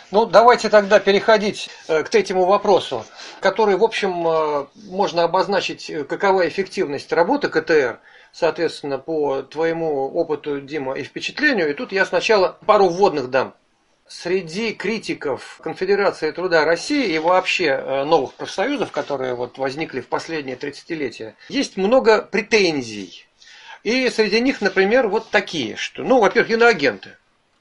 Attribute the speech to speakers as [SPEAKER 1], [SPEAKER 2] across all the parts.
[SPEAKER 1] Ну, давайте тогда переходить к третьему вопросу, который, в общем, можно обозначить, какова эффективность работы КТР, соответственно, по твоему опыту, Дима, и впечатлению. И тут я сначала пару вводных дам. Среди критиков Конфедерации труда России и вообще новых профсоюзов, которые вот возникли в последние 30-летия, есть много претензий. И среди них, например, вот такие, что, ну, во-первых, иноагенты.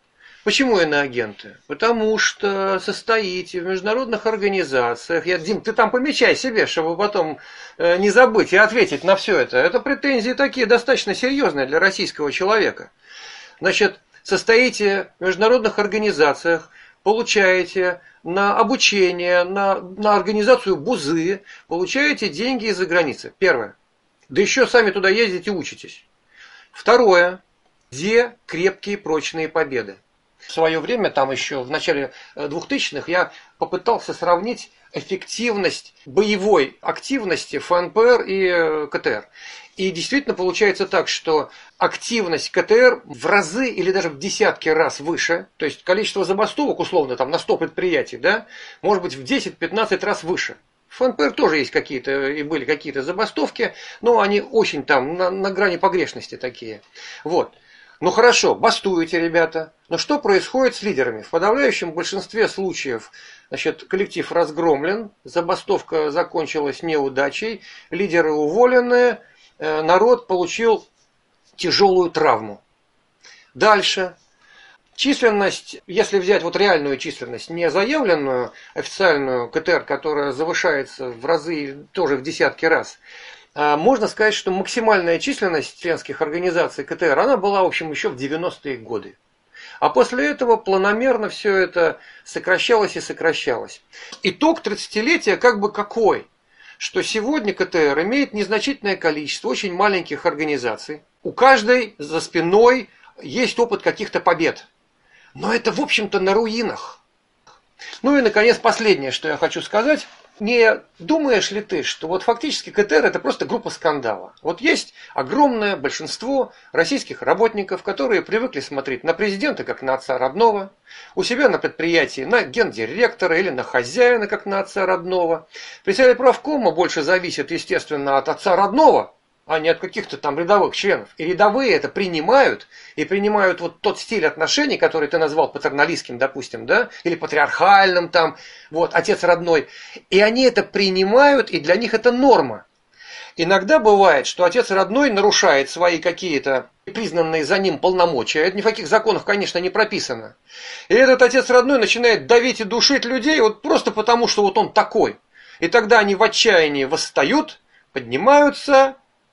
[SPEAKER 1] Почему иноагенты? Потому что состоите в международных организациях. Дим, ты там помечай себе, чтобы потом не забыть и ответить на все это. Это претензии такие достаточно серьезные для российского человека. Значит, состоите в международных организациях, получаете на обучение, на организацию БУЗы, получаете деньги из-за границы. Первое. Да еще сами туда ездите и учитесь. Второе. Где крепкие прочные победы? В свое время, там еще в начале 2000-х, я попытался сравнить эффективность боевой активности ФНПР и КТР. И действительно получается так, что активность КТР в разы или даже в десятки раз выше, то есть количество забастовок, условно, там на 100 предприятий, да, может быть в 10-15 раз выше. В ФНПР тоже есть какие-то, и были какие-то забастовки, но они очень там на грани погрешности такие. Вот. Ну хорошо, бастуете, ребята. Но что происходит с лидерами? В подавляющем большинстве случаев, значит, коллектив разгромлен, забастовка закончилась неудачей, лидеры уволены, народ получил тяжелую травму. Дальше. Численность, если взять вот реальную численность, не заявленную официальную КТР, которая завышается в разы, тоже в десятки раз, можно сказать, что максимальная численность членских организаций КТР, она была, в общем, еще в 90-е годы. А после этого планомерно все это сокращалось и сокращалось. Итог 30-летия как бы какой? Что сегодня КТР имеет незначительное количество очень маленьких организаций. У каждой за спиной есть опыт каких-то побед. Но это, в общем-то, на руинах. Ну и, наконец, последнее, что я хочу сказать. Не думаешь ли ты, что вот фактически КТР это просто группа скандала? Вот есть огромное большинство российских работников, которые привыкли смотреть на президента как на отца родного, у себя на предприятии на гендиректора или на хозяина как на отца родного. Председатель правкома больше зависит, естественно, от отца родного, а не от каких-то там рядовых членов. И рядовые это принимают, и принимают вот тот стиль отношений, который ты назвал патерналистским, допустим, да, или патриархальным там, вот, отец родной. И они это принимают, и для них это норма. Иногда бывает, что отец родной нарушает свои какие-то признанные за ним полномочия. Это ни в каких законах, конечно, не прописано. И этот отец родной начинает давить и душить людей вот просто потому, что вот он такой. И тогда они в отчаянии восстают, поднимаются.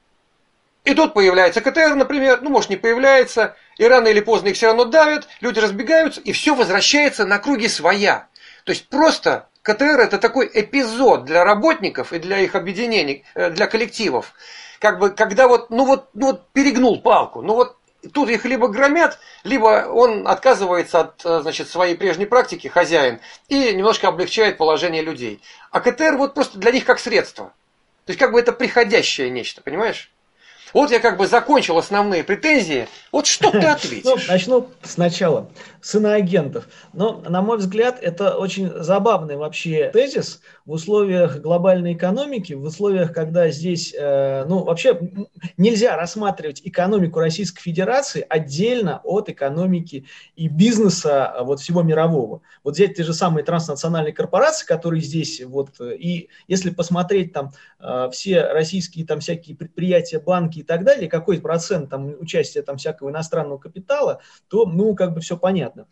[SPEAKER 1] И тут появляется КТР, например, ну, может, не появляется, и рано или поздно их все равно давят, люди разбегаются, и все возвращается на круги своя. То есть просто КТР это такой эпизод для работников и для их объединений, для коллективов. Как бы, когда вот перегнул палку, ну вот тут их либо громят, либо он отказывается от, значит, своей прежней практики, хозяин, и немножко облегчает положение людей. А КТР вот просто для них как средство. То есть как бы это приходящее нечто, понимаешь? Вот я как бы закончил основные претензии. Вот что ты ответишь?
[SPEAKER 2] Ну, начну сначала с иноагентов. Но, на мой взгляд, это очень забавный вообще тезис в условиях глобальной экономики, в условиях, когда здесь, вообще нельзя рассматривать экономику Российской Федерации отдельно от экономики и бизнеса вот всего мирового. Вот взять те же самые транснациональные корпорации, которые здесь, вот, и если посмотреть там все российские там всякие предприятия, банки и так далее, какой процент там участия там всякого иностранного капитала, то, как бы все понятно.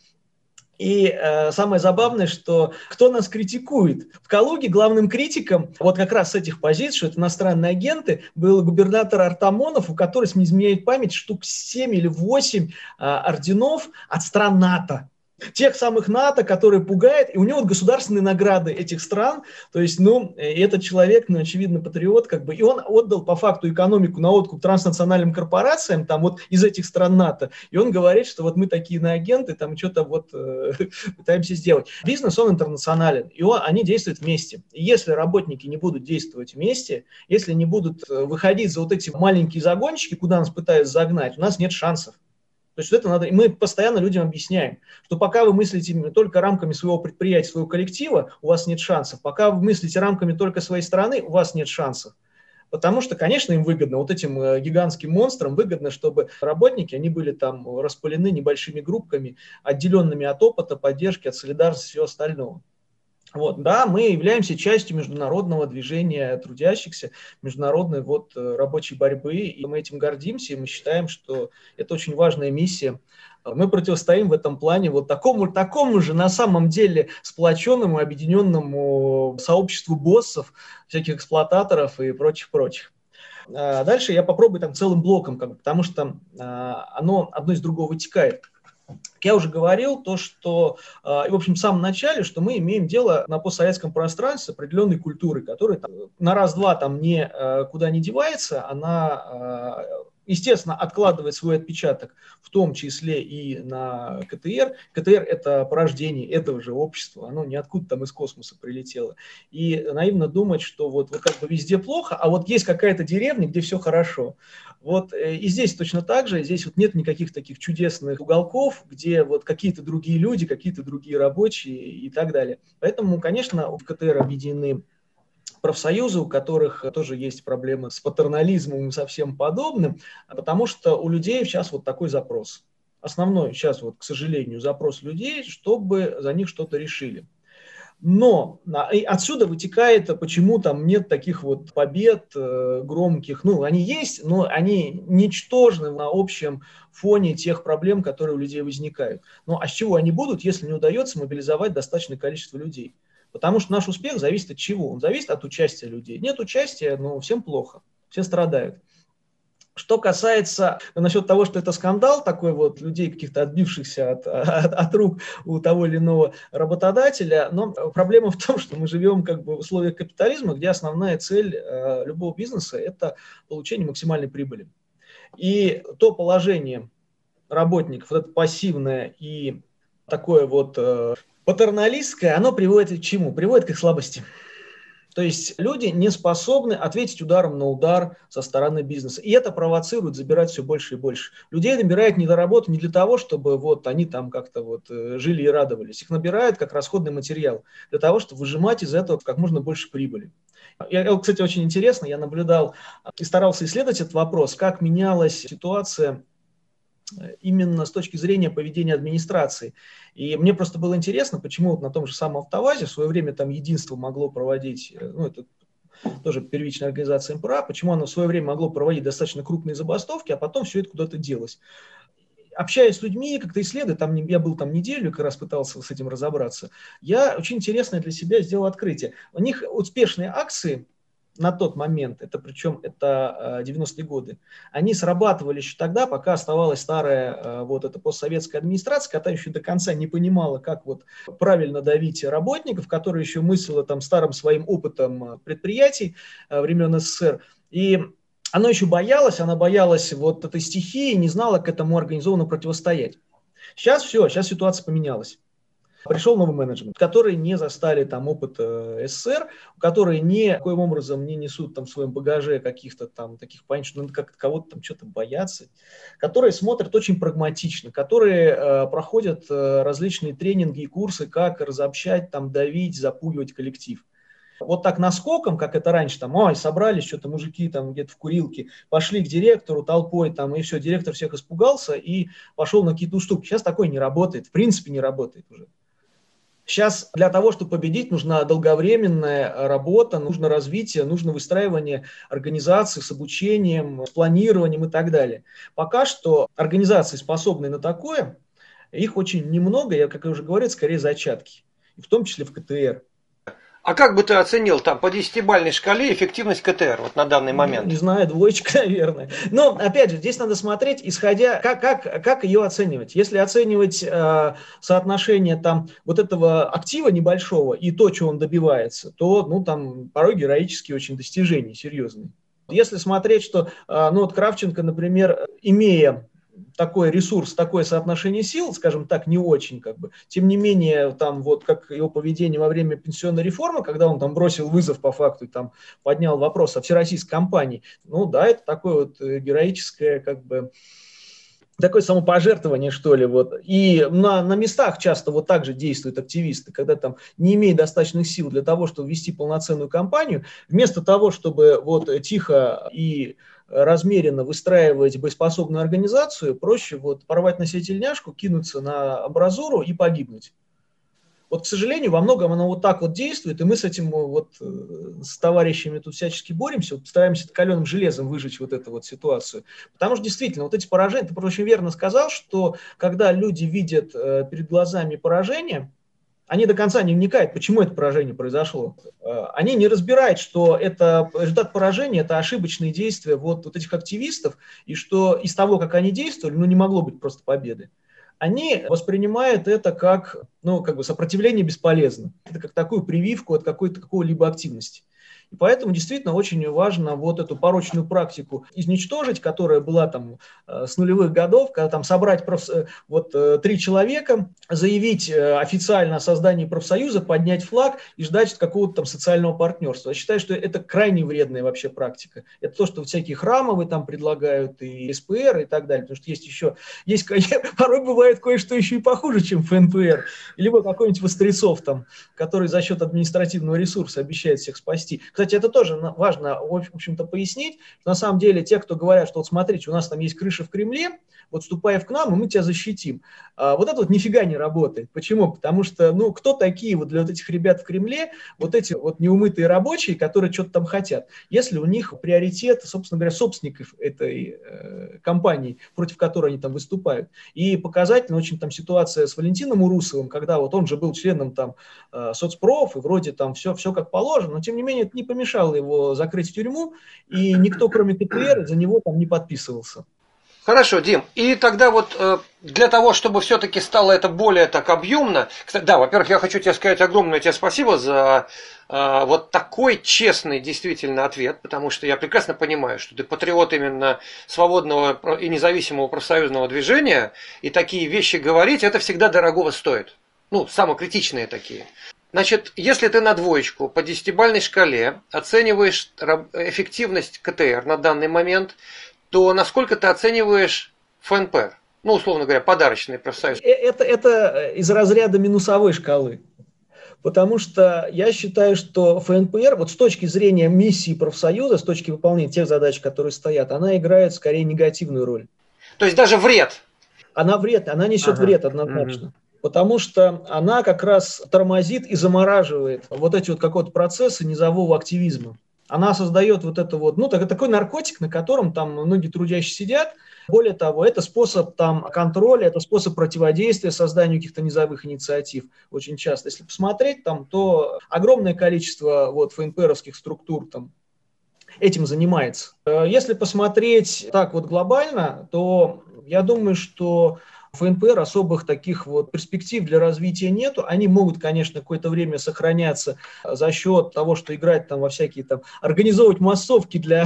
[SPEAKER 2] И самое забавное, что кто нас критикует? В Калуге главным критиком вот как раз с этих позиций, что это иностранные агенты, был губернатор Артамонов, у которого, если не изменяет память, штук 7 или 8 орденов от стран НАТО. Тех самых НАТО, которые пугают, и у него вот государственные награды этих стран, то есть, этот человек, очевидно, патриот, как бы, и он отдал по факту экономику на откуп транснациональным корпорациям, там вот из этих стран НАТО, и он говорит, что вот мы такие иноагенты, там что-то вот пытаемся сделать. Бизнес, он интернационален, и они действуют вместе. И если работники не будут действовать вместе, если не будут выходить за вот эти маленькие загончики, куда нас пытаются загнать, у нас нет шансов. То есть это надо, и мы постоянно людям объясняем, что пока вы мыслите только рамками своего предприятия, своего коллектива, у вас нет шансов. Пока вы мыслите рамками только своей страны, у вас нет шансов. Потому что, конечно, им выгодно, вот этим гигантским монстрам выгодно, чтобы работники, они были там распылены небольшими группками, отделенными от опыта, поддержки, от солидарности и всего остального. Вот, да, мы являемся частью международного движения трудящихся, международной рабочей борьбы, и мы этим гордимся, и мы считаем, что это очень важная миссия. Мы противостоим в этом плане такому же на самом деле сплоченному, объединенному сообществу боссов, всяких эксплуататоров и прочих-прочих. Дальше я попробую там целым блоком, потому что оно одно из другого вытекает. Я уже говорил что, в общем, в самом начале, что мы имеем дело на постсоветском пространстве с определенной культурой, которая там, на раз-два там никуда не девается, она, естественно, откладывает свой отпечаток, в том числе и на КТР. КТР – это порождение этого же общества, оно ниоткуда там из космоса прилетело. И наивно думать, что вот как бы везде плохо, а вот есть какая-то деревня, где все хорошо. Вот и здесь точно так же, здесь вот нет никаких таких чудесных уголков, где вот какие-то другие люди, какие-то другие рабочие и так далее. Поэтому, конечно, в КТР объединены профсоюзы, у которых тоже есть проблемы с патернализмом и со всем подобным, потому что у людей сейчас вот такой запрос. Основной сейчас, вот, к сожалению, запрос людей, чтобы за них что-то решили. Но отсюда вытекает, почему там нет таких вот побед громких. Ну, они есть, но они ничтожны на общем фоне тех проблем, которые у людей возникают. Ну, а с чего они будут, если не удается мобилизовать достаточное количество людей? Потому что наш успех зависит от чего? Он зависит от участия людей. Нет участия, но всем плохо, все страдают. Что касается насчет того, что это скандал такой вот людей, каких-то отбившихся от рук у того или иного работодателя, но проблема в том, что мы живем как бы в условиях капитализма, где основная цель любого бизнеса – это получение максимальной прибыли. И то положение работников, вот это пассивное и такое вот патерналистское, оно приводит к чему? Приводит к их слабости. То есть люди не способны ответить ударом на удар со стороны бизнеса. И это провоцирует забирать все больше и больше. Людей набирают не для работы, не для того, чтобы вот они там как-то вот жили и радовались. Их набирают как расходный материал для того, чтобы выжимать из этого как можно больше прибыли. Кстати, очень интересно, я наблюдал и старался исследовать этот вопрос, как менялась ситуация именно с точки зрения поведения администрации. И мне просто было интересно, почему вот на том же самом АвтоВАЗе в свое время там единство могло проводить, ну, это тоже первичная организация МПРА, почему оно в свое время могло проводить достаточно крупные забастовки, а потом все это куда-то делось. Общаясь с людьми, как-то исследуя, я был там неделю, как раз пытался с этим разобраться, я очень интересное для себя сделал открытие. У них успешные акции на тот момент, это 90-е годы, они срабатывали еще тогда, пока оставалась старая вот эта постсоветская администрация, которая еще до конца не понимала, как вот правильно давить работников, которые еще мыслила там старым своим опытом предприятий времен СССР. И она боялась вот этой стихии, не знала, как этому организованно противостоять. Сейчас ситуация поменялась. Пришел новый менеджмент, которые не застали там опыт СССР, которые никоим образом не несут там в своем багаже каких-то там таких понятий, что надо как-то кого-то там что-то бояться, которые смотрят очень прагматично, которые проходят различные тренинги и курсы, как разобщать, там, давить, запугивать коллектив. Вот так наскоком, как это раньше, там, собрались что-то мужики там где-то в курилке, пошли к директору толпой, там, и все, директор всех испугался и пошел на какие-то уступки. Сейчас такое не работает, в принципе не работает уже. Сейчас для того, чтобы победить, нужна долговременная работа, нужно развитие, нужно выстраивание организаций с обучением, с планированием и так далее. Пока что организации, способные на такое, их очень немного, как я уже говорил, скорее зачатки, в том числе в КТР.
[SPEAKER 1] А как бы ты оценил там по 10-бальной шкале эффективность КТР вот на данный момент?
[SPEAKER 2] Не знаю, 2, наверное. Но, опять же, здесь надо смотреть, исходя, как ее оценивать. Если оценивать соотношение там вот этого актива небольшого и то, чего он добивается, то, ну, там порой героические очень достижения, серьезные. Если смотреть, что, ну, вот Кравченко, например, имея такой ресурс, такое соотношение сил, скажем так, не очень, как бы. Тем не менее, там вот как его поведение во время пенсионной реформы, когда он там бросил вызов по факту и там поднял вопрос о всероссийской кампании, ну да, это такое вот героическое, как бы, такое самопожертвование, что ли, вот. И на местах часто вот так же действуют активисты, когда там не имея достаточных сил для того, чтобы вести полноценную кампанию, вместо того, чтобы вот тихо и размеренно выстраивать боеспособную организацию, проще вот порвать на себе тельняшку, кинуться на амбразуру и погибнуть. Вот, к сожалению, во многом оно вот так вот действует, и мы с этим вот с товарищами тут всячески боремся, вот стараемся каленым железом выжечь вот эту вот ситуацию. Потому что действительно, вот эти поражения, ты очень верно сказал, что когда люди видят перед глазами поражение, они до конца не вникают, почему это поражение произошло. Они не разбирают, что это результат поражения, это ошибочные действия вот этих активистов, и что из того, как они действовали, ну не могло быть просто победы. Они воспринимают это как, ну, как бы сопротивление бесполезно. Это как такую прививку от какой-либо активности. И поэтому действительно очень важно вот эту порочную практику изничтожить, которая была там с нулевых годов, когда там собрать 3 человека, заявить официально о создании профсоюза, поднять флаг и ждать какого-то там социального партнерства. Я считаю, что это крайне вредная вообще практика. Это то, что всякие храмовые там предлагают, и СПР и так далее. Потому что есть порой бывает кое-что еще и похуже, чем ФНПР. Либо какой-нибудь Вострецов там, который за счет административного ресурса обещает всех спасти. Кстати, это тоже важно, в общем-то, пояснить, что на самом деле те, кто говорят, что вот смотрите, у нас там есть крыша в Кремле, вот вступая в к нам, и мы тебя защитим. Вот это вот нифига не работает. Почему? Потому что, ну, кто такие вот для вот этих ребят в Кремле, вот эти вот неумытые рабочие, которые что-то там хотят, если у них приоритет, собственно говоря, собственников этой компании, против которой они там выступают. И показательно очень там ситуация с Валентином Урусовым, когда вот он же был членом там соцпроф, и вроде там все как положено, но тем не менее это не помешало его закрыть в тюрьму, и никто, кроме КПР, за него там не подписывался.
[SPEAKER 1] Хорошо, Дим. И тогда вот для того, чтобы все-таки стало это более так объемно, кстати, да, во-первых, я хочу тебе сказать огромное тебе спасибо за вот такой честный действительно ответ, потому что я прекрасно понимаю, что ты патриот именно свободного и независимого профсоюзного движения, и такие вещи говорить, это всегда дорогого стоит. Ну, самокритичные такие. Значит, если ты на двоечку по 10-бальной шкале оцениваешь эффективность КТР на данный момент, то насколько ты оцениваешь ФНПР? Ну, условно говоря, подарочный профсоюз.
[SPEAKER 2] Это из разряда минусовой шкалы. Потому что я считаю, что ФНПР, вот с точки зрения миссии профсоюза, с точки выполнения тех задач, которые стоят, она играет скорее негативную роль.
[SPEAKER 1] То есть даже вред?
[SPEAKER 2] Она несет вред однозначно. Потому что она как раз тормозит и замораживает вот эти вот какие-то процессы низового активизма. Она создает вот это вот, ну, такой наркотик, на котором там многие трудящие сидят. Более того, это способ там контроля, это способ противодействия созданию каких-то низовых инициатив. Очень часто, если посмотреть там, то огромное количество вот ФНПРовских структур там этим занимается. Если посмотреть так вот глобально, то я думаю, что ФНПР особых таких вот перспектив для развития нету. Они могут, конечно, какое-то время сохраняться за счет того, что играть там во всякие там, организовывать массовки для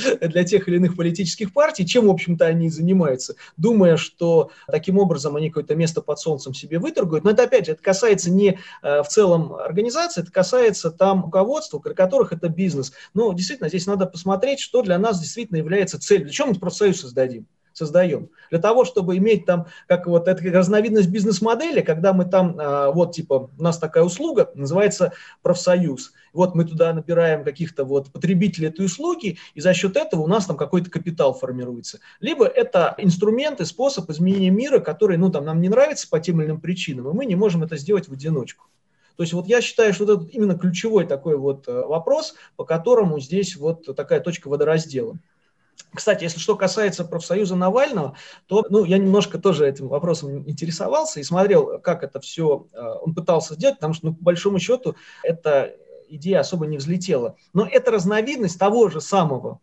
[SPEAKER 2] тех или иных политических партий, чем, в общем-то, они и занимаются, думая, что таким образом они какое-то место под солнцем себе выторгуют. Но это, опять же, это касается не в целом организации, это касается там руководства, для которых это бизнес. Но действительно, здесь надо посмотреть, что для нас действительно является целью. Для чего мы профсоюз создаем. Для того, чтобы иметь там, как вот эта разновидность бизнес-модели, когда мы там, вот типа, у нас такая услуга, называется профсоюз. Вот мы туда набираем каких-то вот потребителей этой услуги, и за счет этого у нас там какой-то капитал формируется. Либо это инструмент и способ изменения мира, который, ну, там, нам не нравится по тем или иным причинам, и мы не можем это сделать в одиночку. То есть вот я считаю, что это именно ключевой такой вот вопрос, по которому здесь вот такая точка водораздела. Кстати, если что касается профсоюза Навального, то я немножко тоже этим вопросом интересовался и смотрел, как это все он пытался сделать, потому что, по большому счету, эта идея особо не взлетела. Но это разновидность того же самого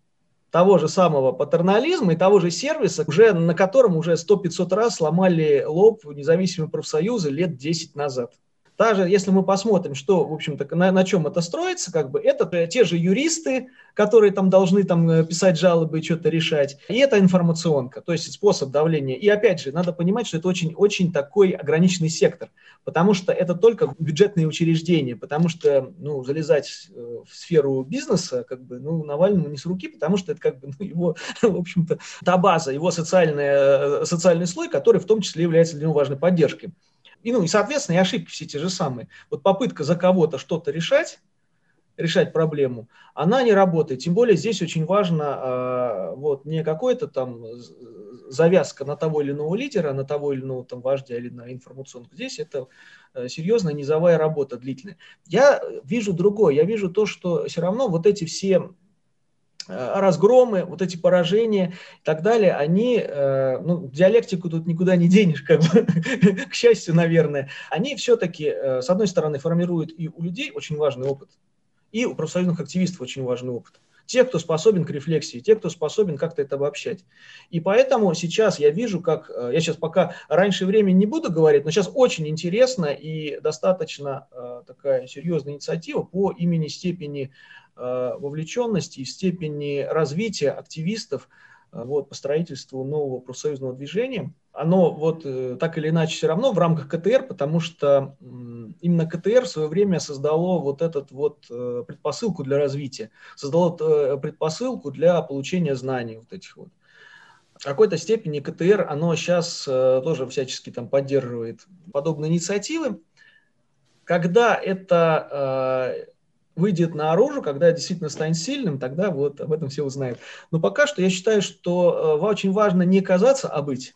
[SPEAKER 2] патернализма и того же сервиса, уже, на котором уже 100-500 раз сломали лоб независимые профсоюзы лет 10 назад. Даже если мы посмотрим, что, в общем-то, на чем это строится, как бы, это те же юристы, которые там должны там писать жалобы и что-то решать, и это информационка, то есть способ давления. И опять же, надо понимать, что это очень такой ограниченный сектор, потому что это только бюджетные учреждения, потому что, ну, залезать в сферу бизнеса, как бы, ну, Навальному не с руки, потому что это, как бы, ну, его, в общем-то, та база, его социальный слой, который в том числе является для него важной поддержкой. И, ну, и, соответственно, и ошибки все те же самые. Вот попытка за кого-то что-то решать проблему, она не работает. Тем более здесь очень важно вот не какой-то там завязка на того или иного лидера, на того или иного там вождя или на информационку. Здесь это серьезная низовая работа длительная. Я вижу другое. Я вижу то, что все равно вот эти все разгромы, вот эти поражения и так далее, они, ну, диалектику тут никуда не денешь, как бы, к счастью, наверное, они все-таки, с одной стороны, формируют и у людей очень важный опыт, и у профсоюзных активистов очень важный опыт. Те, кто способен к рефлексии, те, кто способен как-то это обобщать. И поэтому сейчас я вижу, как, я сейчас пока раньше времени не буду говорить, но сейчас очень интересно и достаточно такая серьезная инициатива по имени степени вовлеченности и степени развития активистов вот, по строительству нового профсоюзного движения. Оно вот так или иначе все равно в рамках КТР, потому что именно КТР в свое время создало вот этот вот предпосылку для развития, создало предпосылку для получения знаний вот этих вот. В какой-то степени КТР, оно сейчас тоже всячески там поддерживает подобные инициативы. Когда это выйдет наружу, когда действительно станет сильным, тогда вот об этом все узнают. Но пока что я считаю, что очень важно не казаться, а быть.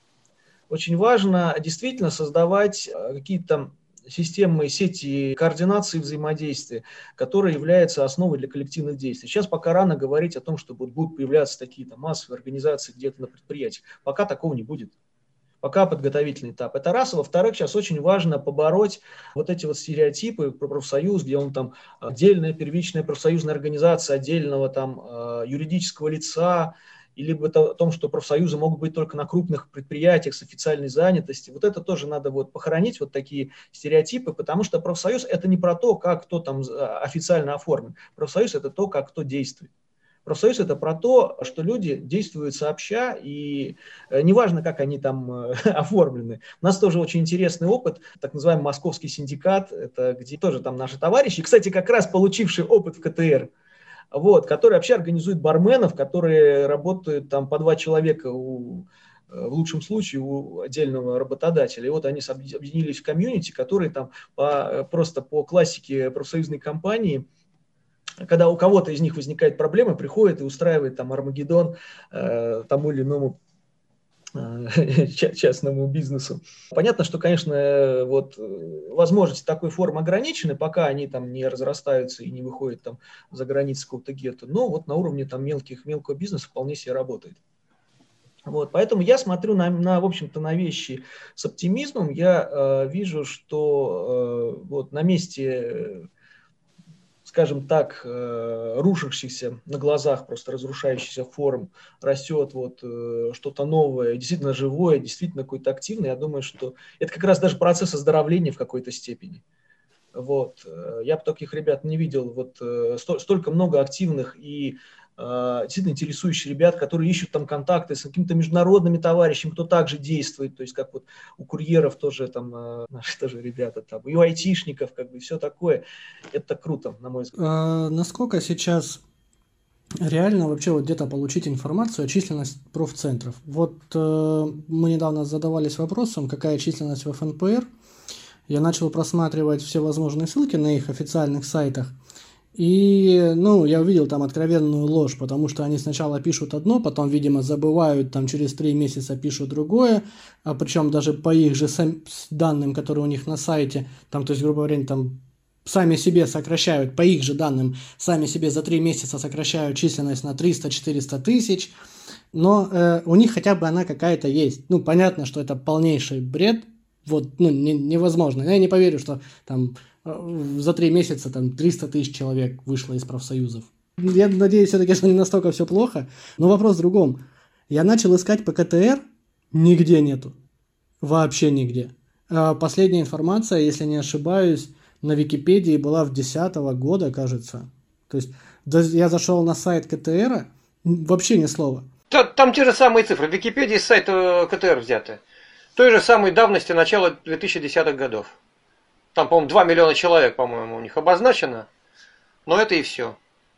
[SPEAKER 2] Очень важно действительно создавать какие-то системы, сети координации взаимодействия, которые являются основой для коллективных действий. Сейчас пока рано говорить о том, что будут появляться такие-то массовые организации где-то на предприятиях. Пока такого не будет. Пока подготовительный этап. Это раз. А во-вторых, сейчас очень важно побороть вот эти вот стереотипы про профсоюз, где он там отдельная первичная профсоюзная организация, отдельного там юридического лица, или о том, что профсоюзы могут быть только на крупных предприятиях с официальной занятостью. Вот это тоже надо вот похоронить, вот такие стереотипы, потому что профсоюз – это не про то, как кто там официально оформлен. Профсоюз – это то, как кто действует. Профсоюз – это про то, что люди действуют сообща, и неважно, как они там оформлены. У нас тоже очень интересный опыт, так называемый московский синдикат, это где тоже там наши товарищи, кстати, как раз получившие опыт в КТР, вот, которые вообще организуют барменов, которые работают там по 2 человека в лучшем случае у отдельного работодателя. И вот они объединились в комьюнити, которые там просто по классике профсоюзной компании, когда у кого-то из них возникает проблема, приходит и устраивает там Армагеддон тому или иному частному бизнесу. Понятно, что, конечно, вот возможности такой формы ограничены, пока они там не разрастаются и не выходят там за границы какого-то гетто, но вот на уровне там мелкого бизнеса вполне себе работает. Вот, поэтому я смотрю в общем-то, на вещи с оптимизмом. Я вижу, что вот на месте, скажем так, рушащихся на глазах, просто разрушающихся форм, растет вот что-то новое, действительно живое, действительно какое-то активное. Я думаю, что это как раз даже процесс оздоровления в какой-то степени. Вот. Я бы таких ребят не видел. Вот столько много активных и действительно интересующих ребят, которые ищут там контакты с какими-то международными товарищами, кто также действует, то есть как вот у курьеров тоже там наши тоже ребята там, и у айтишников, как бы все такое. Это круто, на мой взгляд.
[SPEAKER 3] Насколько сейчас реально вообще вот где-то получить информацию о численности профцентров? Вот мы недавно задавались вопросом, какая численность в ФНПР. Я начал просматривать все возможные ссылки на их официальных сайтах. И, ну, я увидел там откровенную ложь, потому что они сначала пишут одно, потом, видимо, забывают, там через 3 месяца пишут другое, а причем даже по их же данным, которые у них на сайте, там, то есть, грубо говоря, там сами себе сокращают, по их же данным, сами себе за 3 месяца сокращают численность на 300-400 тысяч, но у них хотя бы она какая-то есть. Ну, понятно, что это полнейший бред, вот, ну, невозможно. Я не поверю, что там за 3 месяца там 300 тысяч человек вышло из профсоюзов. Я надеюсь, все-таки, что не настолько все плохо. Но вопрос в другом. Я начал искать по КТР, нигде нету. Вообще нигде. Последняя информация, если не ошибаюсь, на Википедии была в 2010 года, кажется. То есть я зашел на сайт КТР, вообще ни слова.
[SPEAKER 1] Там те же самые цифры. В Википедии с сайта КТР взяты. Той же самой давности начала 2010-х годов. Там, по-моему, 2 миллиона человек, по-моему, у них обозначено. Но это и все.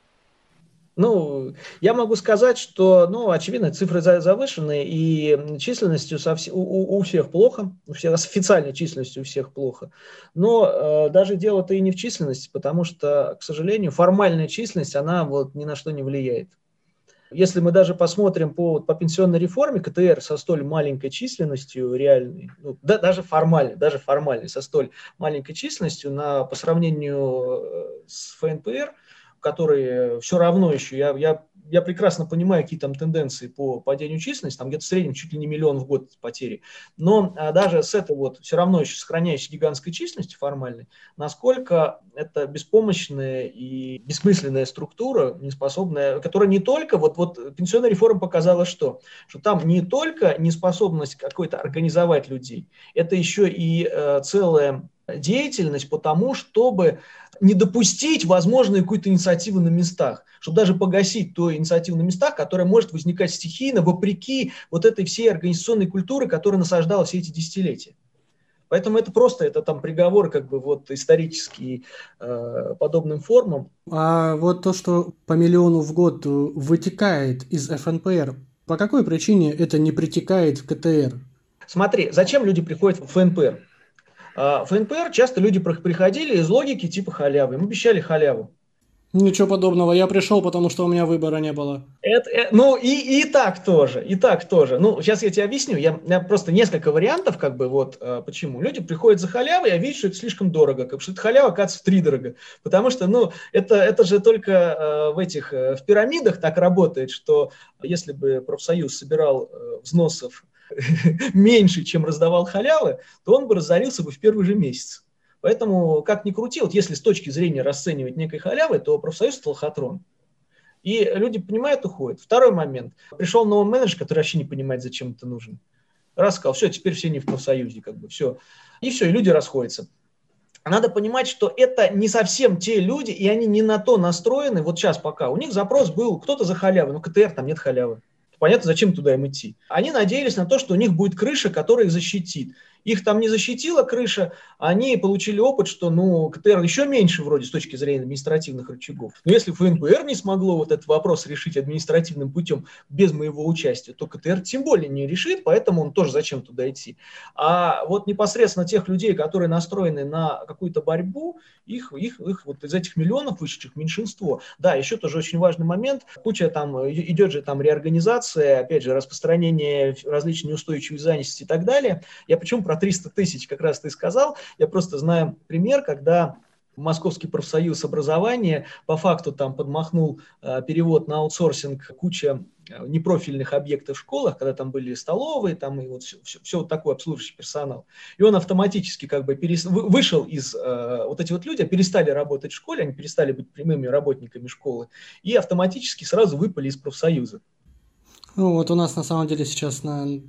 [SPEAKER 2] Ну, я могу сказать, что, ну, очевидно, цифры завышены, и численностью у всех плохо, с официальной численностью у всех плохо. Но даже дело-то и не в численности, потому что, к сожалению, формальная численность, она вот ни на что не влияет. Если мы даже посмотрим по пенсионной реформе, КТР со столь маленькой численностью реальной, ну, даже формальной, со столь маленькой численностью по сравнению с ФНПР, которые все равно еще, я прекрасно понимаю, какие там тенденции по падению численности, там где-то в среднем чуть ли не 1 миллион в год потери, но даже с этой вот все равно еще сохраняющей гигантской численностью формальной, насколько это беспомощная и бессмысленная структура, неспособная, которая не только, вот пенсионная реформа показала что там не только неспособность какой-то организовать людей, это еще и целая деятельность по тому, чтобы не допустить возможную какую-то инициативу на местах, чтобы даже погасить ту инициативу на местах, которая может возникать стихийно, вопреки вот этой всей организационной культуре, которая насаждала все эти десятилетия. Поэтому это там приговор как бы вот исторический подобным формам.
[SPEAKER 3] А вот то, что по миллиону в год вытекает из ФНПР, по какой причине это не притекает в КТР?
[SPEAKER 2] Смотри, зачем люди приходят в ФНПР? В ФНПР часто люди приходили из логики типа халявы. Им обещали халяву.
[SPEAKER 3] Ничего подобного. Я пришел, потому что у меня выбора не было.
[SPEAKER 2] Ну, и так тоже, и так тоже. Ну, сейчас я тебе объясню. У меня просто несколько вариантов, как бы, вот почему. Люди приходят за халявой, а видят, что это слишком дорого. Как что это халява, оказывается, втридорого. Потому что, ну, это же только в пирамидах так работает, что если бы профсоюз собирал взносов меньше, чем раздавал халявы, то он бы разорился бы в первый же месяц. Поэтому, как ни крути, вот если с точки зрения расценивать некой халявы, то профсоюз – это лохотрон. И люди понимают, уходят. Второй момент. Пришел новый менеджер, который вообще не понимает, зачем это нужно. Раз сказал, все, теперь все не в профсоюзе, как бы, все. И все, и люди расходятся. Надо понимать, что это не совсем те люди, и они не на то настроены, вот сейчас пока. У них запрос был, кто-то за халяву, но КТР там нет халявы. Понятно, зачем туда им идти. Они надеялись на то, что у них будет крыша, которая их защитит. Их там не защитила крыша, они получили опыт, что КТР еще меньше вроде с точки зрения административных рычагов. Но если ФНПР не смогло вот этот вопрос решить административным путем без моего участия, то КТР тем более не решит, поэтому он тоже зачем туда идти. А вот непосредственно тех людей, которые настроены на какую-то борьбу, их вот из этих миллионов вышедших меньшинство. Да, еще тоже очень важный момент. Куча там, идет же там реорганизация, опять же, распространение различной неустойчивой занятости и так далее. Я почему про 300 тысяч как раз ты сказал. Я просто знаю пример, когда Московский профсоюз образования по факту там подмахнул перевод на аутсорсинг куча непрофильных объектов в школах, когда там были столовые, там и вот все вот такой обслуживающий персонал. И он автоматически как бы вышел из вот эти вот люди, перестали работать в школе, они перестали быть прямыми работниками школы и автоматически сразу выпали из профсоюза.
[SPEAKER 3] Ну вот у нас на самом деле сейчас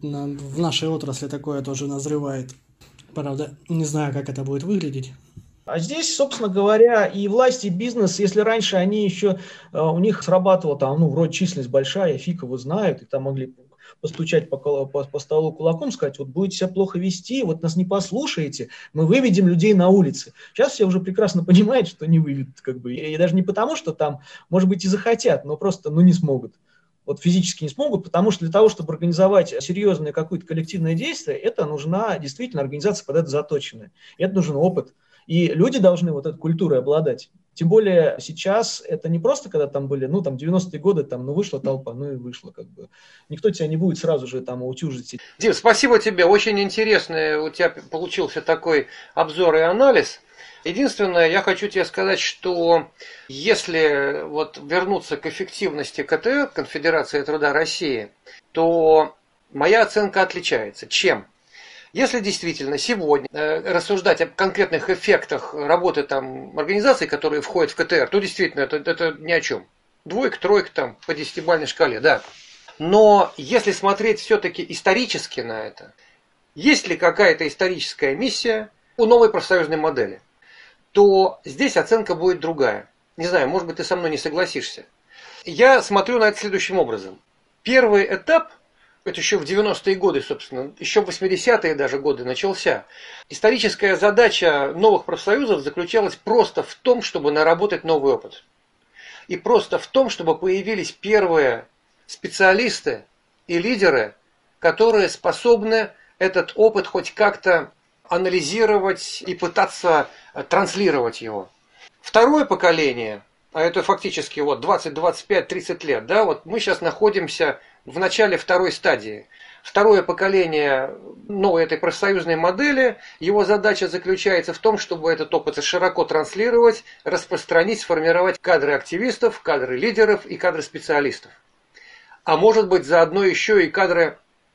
[SPEAKER 3] в нашей отрасли такое тоже назревает. Правда, не знаю, как это будет выглядеть.
[SPEAKER 2] А здесь, собственно говоря, и власть, и бизнес, если раньше они еще, у них срабатывала там, вроде численность большая, фиг его знают, и там могли постучать по столу кулаком, сказать, вот будете себя плохо вести, вот нас не послушаете, мы выведем людей на улицы. Сейчас все уже прекрасно понимают, что не выведут, как бы, и даже не потому, что там, может быть, и захотят, но просто, не смогут. Вот физически не смогут, потому что для того, чтобы организовать серьезное какое-то коллективное действие, это нужна действительно организация под это заточенная. Это нужен опыт. И люди должны вот этой культурой обладать. Тем более сейчас это не просто, когда там были, там 90-е годы, там, вышла толпа, и вышла, как бы. Никто тебя не будет сразу же там утюжить.
[SPEAKER 1] Дим, спасибо тебе, очень интересный у тебя получился такой обзор и анализ. Единственное, я хочу тебе сказать, что если вот вернуться к эффективности КТР, Конфедерации труда России, то моя оценка отличается. Чем? Если действительно сегодня рассуждать о конкретных эффектах работы там организаций, которые входят в КТР, то действительно это ни о чем. 2, 3 там по 10-бальной шкале, да. Но если смотреть все-таки исторически на это, есть ли какая-то историческая миссия у новой профсоюзной модели, то здесь оценка будет другая. Не знаю, может быть, ты со мной не согласишься. Я смотрю на это следующим образом. Первый этап, это еще в 90-е годы, собственно, еще в 80-е даже годы начался. Историческая задача новых профсоюзов заключалась просто в том, чтобы наработать новый опыт. И просто в том, чтобы появились первые специалисты и лидеры, которые способны этот опыт хоть как-то анализировать и пытаться транслировать его. Второе поколение, а это фактически вот 20, 25, 30 лет, да, вот мы сейчас находимся в начале второй стадии. Второе поколение новой этой профсоюзной модели, его задача заключается в том, чтобы этот опыт широко транслировать, распространить, сформировать кадры активистов, кадры лидеров и кадры специалистов. А может быть заодно еще и кадры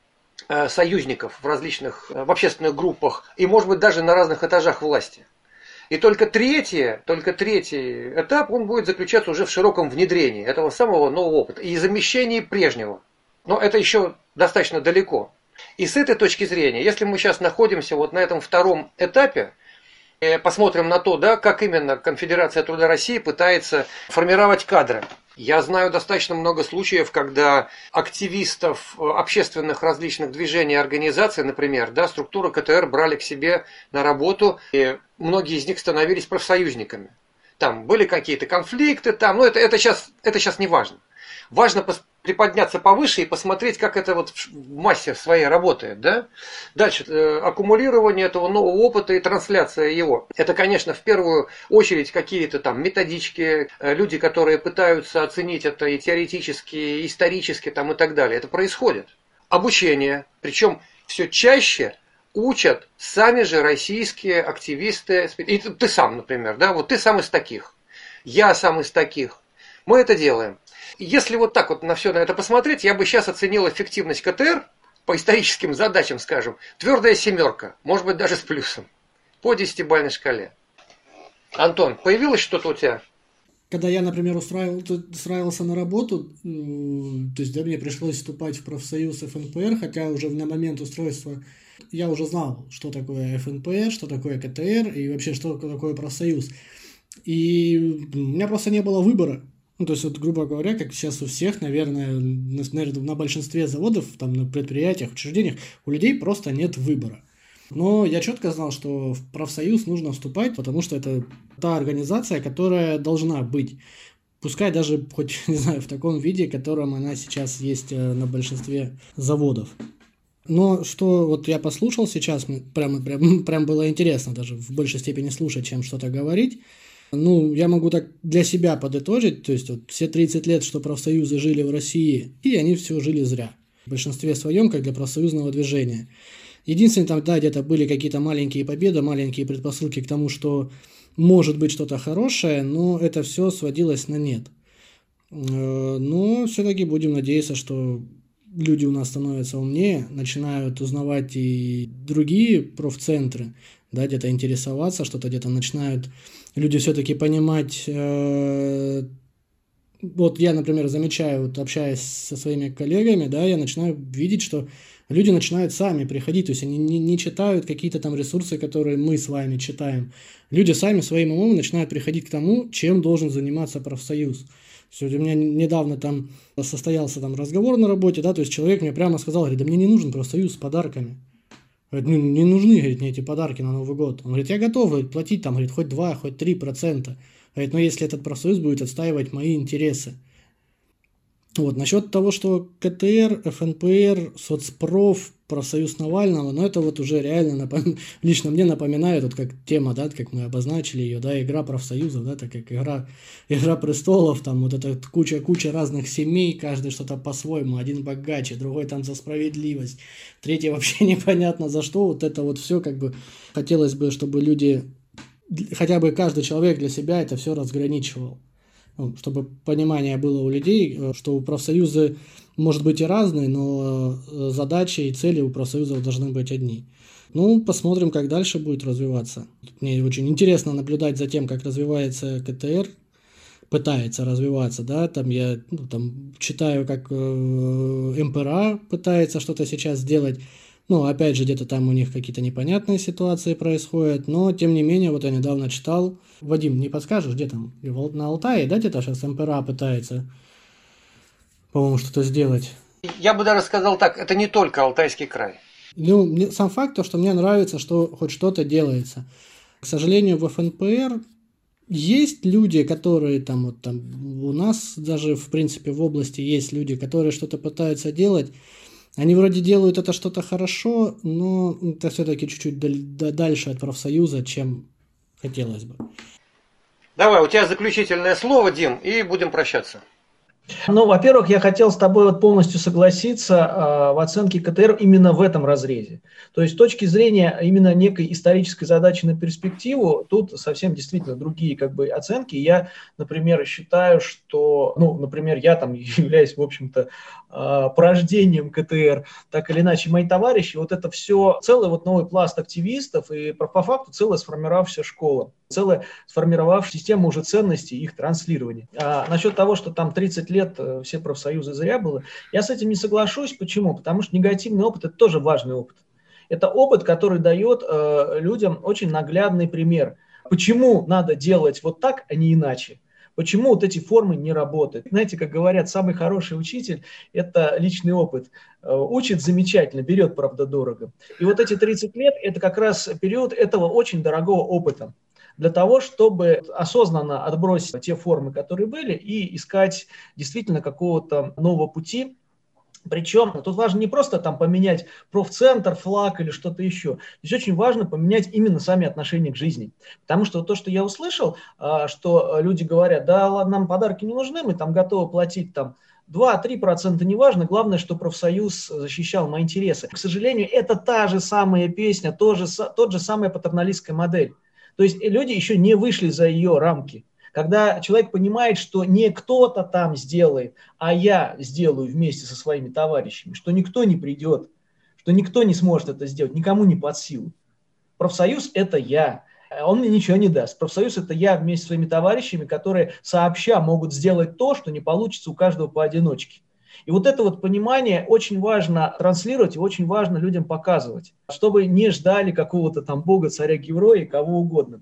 [SPEAKER 1] союзников в различных, в общественных группах и может быть даже на разных этажах власти. И только третий этап, он будет заключаться уже в широком внедрении этого самого нового опыта и замещении прежнего. Но это еще достаточно далеко. И с этой точки зрения, если мы сейчас находимся вот на этом втором этапе, посмотрим на то, да, как именно Конфедерация труда России пытается формировать кадры. Я знаю достаточно много случаев, когда активистов общественных различных движений и организаций, например, да, структуры КТР брали к себе на работу, и многие из них становились профсоюзниками. Там были какие-то конфликты, там, но это сейчас не важно. Важно приподняться повыше и посмотреть, как это вот в массе своей работает. Да? Дальше, аккумулирование этого нового опыта и трансляция его. Это, конечно, в первую очередь какие-то там методички, люди, которые пытаются оценить это и теоретически, и исторически там, и так далее. Это происходит. Обучение, причем все чаще учат сами же российские активисты. И ты сам, например, да, вот ты сам из таких, я сам из таких. Мы это делаем. Если вот так вот на все на это посмотреть, я бы сейчас оценил эффективность КТР по историческим задачам, скажем, твердая семерка, может быть даже с плюсом, по 10-бальной шкале. Антон, появилось что-то у тебя?
[SPEAKER 3] Когда я, например, устраивался на работу, то есть, да, мне пришлось вступать в профсоюз ФНПР, хотя уже на момент устройства я уже знал, что такое ФНПР, что такое КТР и вообще, что такое профсоюз. И у меня просто не было выбора. Ну, то есть, вот, грубо говоря, как сейчас у всех, наверное, на большинстве заводов, там, на предприятиях, учреждениях, у людей просто нет выбора. Но я четко знал, что в профсоюз нужно вступать, потому что это та организация, которая должна быть. Пускай даже хоть, не знаю, в таком виде, в котором она сейчас есть на большинстве заводов. Но что вот я послушал сейчас, мне прям было интересно даже в большей степени слушать, чем что-то говорить. Ну, я могу так для себя подытожить, то есть вот все 30 лет, что профсоюзы жили в России, и они все жили зря. В большинстве своем, как для профсоюзного движения. Единственное, там, да, где-то были какие-то маленькие победы, маленькие предпосылки к тому, что может быть что-то хорошее, но это все сводилось на нет. Но все-таки будем надеяться, что люди у нас становятся умнее, начинают узнавать и другие профцентры, да, где-то интересоваться, что-то где-то начинают люди все-таки понимать. Вот я, например, замечаю, вот общаясь со своими коллегами, да, я начинаю видеть, что люди начинают сами приходить, то есть они не читают какие-то там ресурсы, которые мы с вами читаем. Люди сами своим умом начинают приходить к тому, чем должен заниматься профсоюз. Все, у меня недавно там состоялся там разговор на работе, да, то есть человек мне прямо сказал, говорит, да мне не нужен профсоюз с подарками. Говорит, ну, не нужны, говорит, мне эти подарки на Новый год. Он говорит, я готов, говорит, платить там, говорит, хоть 2, хоть 3%. Говорит, но если этот профсоюз будет отстаивать мои интересы. Вот, насчет того, что КТР, ФНПР, соцпроф, профсоюз Навального, но это вот уже реально лично мне напоминает, вот как тема, да, как мы обозначили ее, да, игра профсоюзов, да, так как игра престолов, там вот эта куча разных семей, каждый что-то по-своему, один богаче, другой там за справедливость, третий вообще непонятно за что, вот это вот все как бы хотелось бы, чтобы люди, хотя бы каждый человек для себя это все разграничивал. Чтобы понимание было у людей, что профсоюзы, может быть, и разные, но задачи и цели у профсоюзов должны быть одни. Ну, посмотрим, как дальше будет развиваться. Мне очень интересно наблюдать за тем, как развивается КТР, пытается развиваться, да, там я читаю, как МПРА пытается что-то сейчас сделать. Ну, опять же, где-то там у них какие-то непонятные ситуации происходят, но, тем не менее, вот я недавно читал. Вадим, не подскажешь, где там? На Алтае, да, где-то сейчас МПРА пытается, по-моему, что-то сделать?
[SPEAKER 1] Я бы даже сказал так, это не только Алтайский край.
[SPEAKER 3] Ну, сам факт, то, что мне нравится, что хоть что-то делается. К сожалению, в ФНПР есть люди, которые там, вот там, у нас даже, в принципе, в области есть люди, которые что-то пытаются делать. Они вроде делают это что-то хорошо, но это все-таки чуть-чуть дальше от профсоюза, чем хотелось бы.
[SPEAKER 1] Давай, у тебя заключительное слово, Дим, и будем прощаться.
[SPEAKER 2] Ну, во-первых, я хотел с тобой вот полностью согласиться в оценке КТР именно в этом разрезе. То есть с точки зрения именно некой исторической задачи на перспективу, тут совсем действительно другие как бы оценки. Я, например, считаю, что, ну, например, я там являюсь, в общем-то, порождением КТР, так или иначе, мои товарищи, вот это все, целый вот новый пласт активистов и по факту целая сформировавшаяся школа, целая сформировавшая система уже ценностей и их транслирования. А насчет того, что там 30 лет все профсоюзы зря было, я с этим не соглашусь. Почему? Потому что негативный опыт – это тоже важный опыт. Это опыт, который дает людям очень наглядный пример. Почему надо делать вот так, а не иначе? Почему вот эти формы не работают? Знаете, как говорят, самый хороший учитель – это личный опыт. Учит замечательно, берет, правда, дорого. И вот эти 30 лет – это как раз период этого очень дорогого опыта. Для того, чтобы осознанно отбросить те формы, которые были, и искать действительно какого-то нового пути. Причем тут важно не просто там поменять профцентр, флаг или что-то еще. Здесь очень важно поменять именно сами отношения к жизни. Потому что то, что я услышал, что люди говорят, да ладно, нам подарки не нужны, мы там готовы платить там 2-3%, неважно, главное, что профсоюз защищал мои интересы. К сожалению, это та же самая песня, тот же самая патерналистская модель. То есть люди еще не вышли за ее рамки. Когда человек понимает, что не кто-то там сделает, а я сделаю вместе со своими товарищами, что никто не придет, что никто не сможет это сделать, никому не под силу. Профсоюз – это я. Он мне ничего не даст. Профсоюз – это я вместе со своими товарищами, которые сообща могут сделать то, что не получится у каждого поодиночке. И вот это вот понимание очень важно транслировать и очень важно людям показывать, чтобы не ждали какого-то там бога, царя, героя, кого угодно.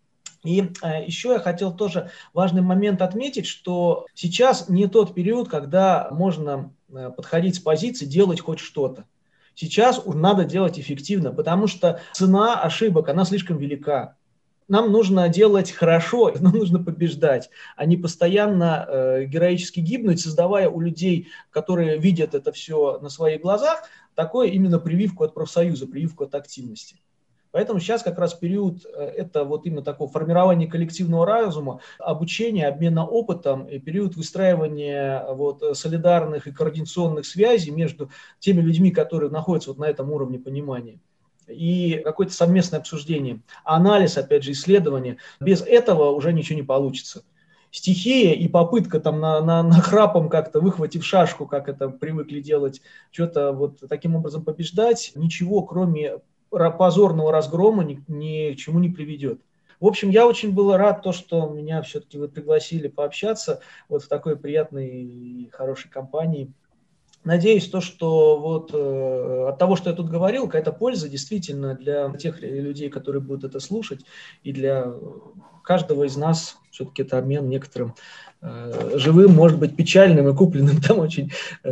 [SPEAKER 2] И еще я хотел тоже важный момент отметить, что сейчас не тот период, когда можно подходить с позиции делать хоть что-то. Сейчас надо делать эффективно, потому что цена ошибок, она слишком велика. Нам нужно делать хорошо, нам нужно побеждать, а не постоянно героически гибнуть, создавая у людей, которые видят это все на своих глазах, такое именно прививку от профсоюза, прививку от активности. Поэтому сейчас как раз период, это вот именно такого формирования коллективного разума, обучения, обмена опытом, и период выстраивания вот солидарных и координационных связей между теми людьми, которые находятся вот на этом уровне понимания. И какое-то совместное обсуждение, анализ, опять же, исследование. Без этого уже ничего не получится. Стихия и попытка там нахрапом как-то, выхватив шашку, как это привыкли делать, что-то вот таким образом побеждать, ничего, кроме позорного разгрома, ни к чему не приведет. В общем, я очень был рад, то, что меня все-таки вы пригласили пообщаться вот в такой приятной и хорошей компании. Надеюсь, то, что вот от того, что я тут говорил, какая-то польза действительно для тех людей, которые будут это слушать, и для каждого из нас все-таки это обмен некоторым живым, может быть, печальным и купленным там очень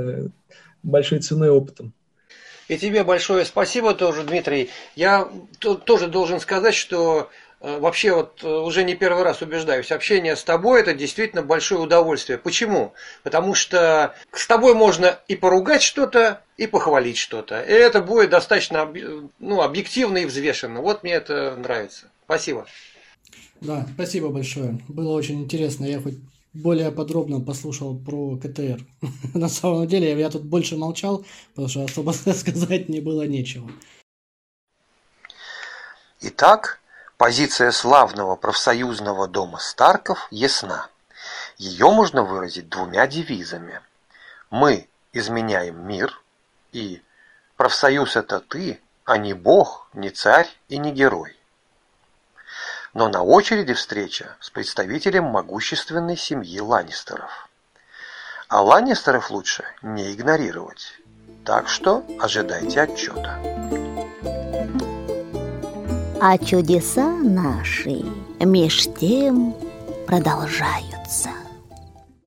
[SPEAKER 2] большой ценой опытом.
[SPEAKER 1] И тебе большое спасибо тоже, Дмитрий. Я тоже должен сказать, что вообще вот уже не первый раз убеждаюсь, общение с тобой – это действительно большое удовольствие. Почему? Потому что с тобой можно и поругать что-то, и похвалить что-то. И это будет достаточно объективно и взвешенно. Вот мне это нравится. Спасибо.
[SPEAKER 3] Да, спасибо большое. Было очень интересно. Я хоть более подробно послушал про КТР. На самом деле я тут больше молчал, потому что особо сказать не было нечего.
[SPEAKER 4] Итак, позиция славного профсоюзного дома Старков ясна. Ее можно выразить двумя девизами. Мы изменяем мир и профсоюз это ты, а не бог, не царь и не герой. Но на очереди встреча с представителем могущественной семьи Ланнистеров. А Ланнистеров лучше не игнорировать. Так что ожидайте отчета.
[SPEAKER 5] А чудеса наши меж тем продолжаются.